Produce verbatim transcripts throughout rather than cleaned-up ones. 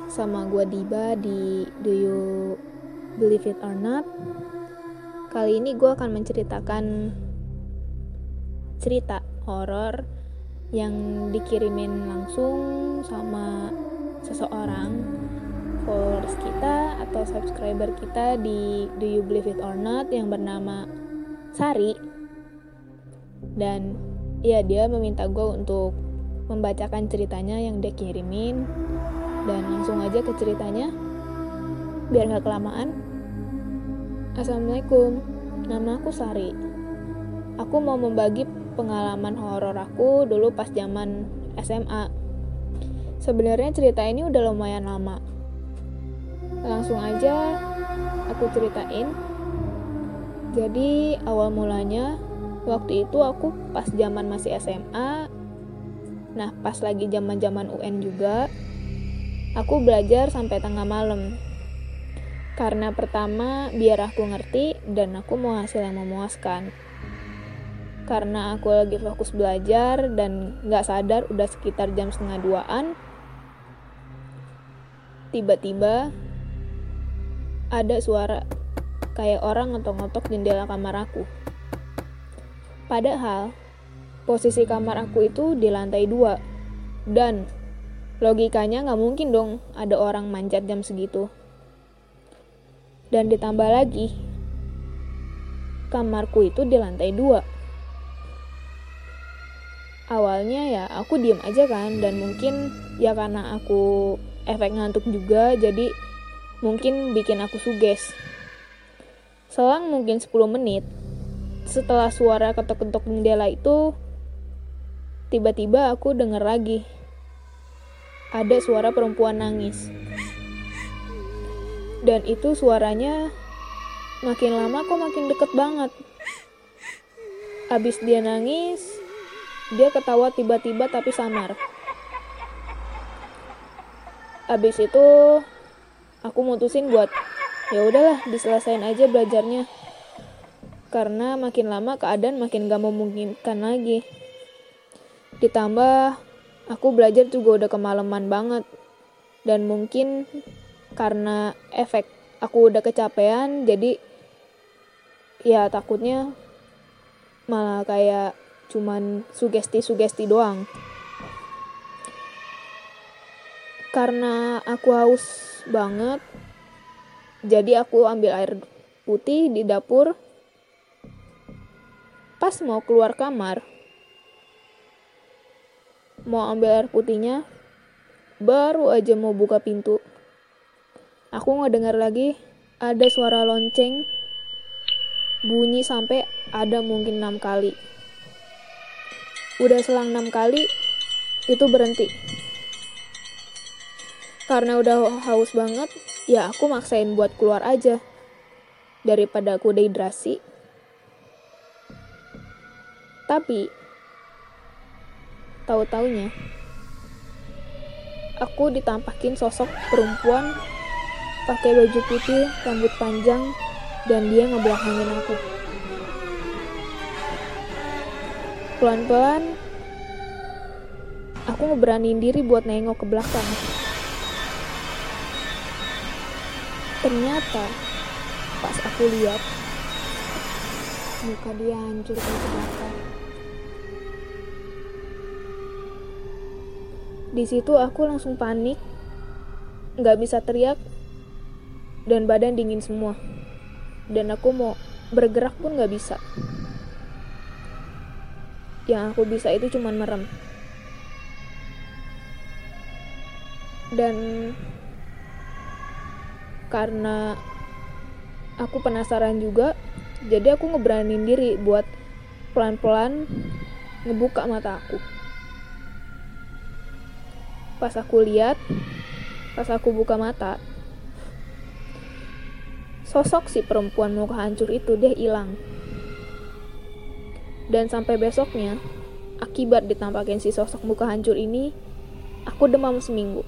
sama gua Diba di Do You Believe It or Not. Kali ini gua akan menceritakan cerita horor yang dikirimin langsung sama seseorang, followers kita atau subscriber kita di Do You Believe It or Not yang bernama Sari. Dan ya, dia meminta gue untuk membacakan ceritanya yang dia kirimin. Dan langsung aja ke ceritanya biar gak kelamaan. Assalamualaikum, nama aku Sari. Aku mau membagi pengalaman horor aku dulu pas zaman S M A. Sebenarnya cerita ini udah lumayan lama. Langsung aja aku ceritain. Jadi awal mulanya waktu itu aku pas zaman masih S M A. Nah, pas lagi zaman-zaman U N juga. Aku belajar sampai tengah malam. Karena pertama biar aku ngerti dan aku mau hasil yang memuaskan. Karena aku lagi fokus belajar dan gak sadar udah sekitar jam setengah duaan. Tiba-tiba ada suara kayak orang ngetok-ngetok jendela kamar aku. Padahal posisi kamar aku itu di lantai dua. Dan logikanya gak mungkin dong ada orang manjat jam segitu. Dan ditambah lagi, kamarku itu di lantai dua. Awalnya ya aku diem aja kan, dan mungkin ya karena aku efek ngantuk juga, jadi mungkin bikin aku suges. Selang mungkin sepuluh menit, setelah suara ketok-ketok jendela itu, tiba-tiba aku denger lagi. Ada suara perempuan nangis. Dan itu suaranya makin lama kok makin deket banget. Abis dia nangis, dia ketawa tiba-tiba tapi samar. Abis itu aku mutusin buat ya udahlah diselesain aja belajarnya. Karena makin lama keadaan makin gak memungkinkan lagi. Ditambah aku belajar juga udah kemalaman banget. Dan mungkin karena efek aku udah kecapean, jadi ya takutnya malah kayak cuman sugesti-sugesti doang. Karena aku haus banget, jadi aku ambil air putih di dapur. Pas mau keluar kamar, mau ambil air putihnya, baru aja mau buka pintu, aku ngedengar lagi ada suara lonceng bunyi sampai ada mungkin enam kali. Udah selang enam kali, itu berhenti. Karena udah haus banget, ya aku maksain buat keluar aja daripada aku dehidrasi. Tapi tahu-taunya aku ditampakin sosok perempuan pakai baju putih, rambut panjang, dan dia ngebelakangin aku. Pelan-pelan aku ngeberaniin diri buat nengok ke belakang. Ternyata pas aku lihat, muka dia hancur ke belakang. Di situ aku langsung panik, nggak bisa teriak, dan badan dingin semua. Dan aku mau bergerak pun nggak bisa. Yang aku bisa itu cuman merem. Dan karena aku penasaran juga, jadi aku ngeberanin diri buat pelan-pelan ngebuka mata aku. Pas aku lihat, pas aku buka mata, sosok si perempuan muka hancur itu dia hilang. Dan sampai besoknya, akibat ditampakin si sosok muka hancur ini, aku demam seminggu.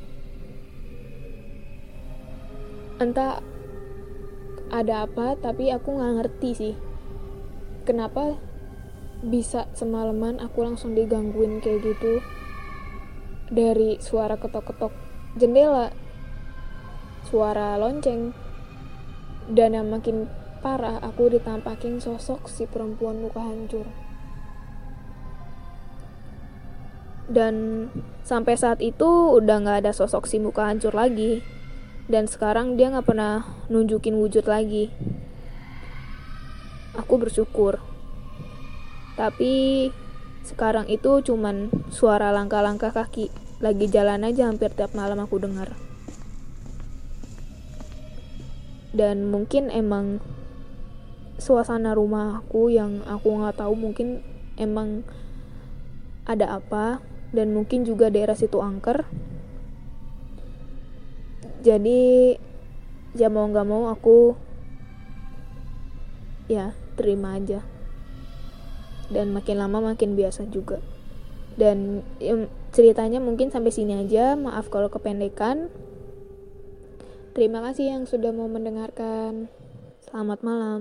Entah ada apa, tapi aku gak ngerti sih kenapa bisa semalaman aku langsung digangguin kayak gitu. Dari suara ketok-ketok jendela, suara lonceng. Dan yang makin parah, aku ditampakin sosok si perempuan muka hancur. Dan sampai saat itu udah gak ada sosok si muka hancur lagi. Dan sekarang dia gak pernah nunjukin wujud lagi. Aku bersyukur. Tapi sekarang itu cuman suara langkah-langkah kaki. Lagi jalan aja hampir tiap malam aku dengar. Dan mungkin emang suasana rumahku yang aku nggak tahu, mungkin emang ada apa, dan mungkin juga daerah situ angker. Jadi ya mau nggak mau aku ya terima aja. Dan makin lama makin biasa juga. Dan ya, ceritanya mungkin sampai sini aja. Maaf kalau kependekan. Terima kasih yang sudah mau mendengarkan. Selamat malam.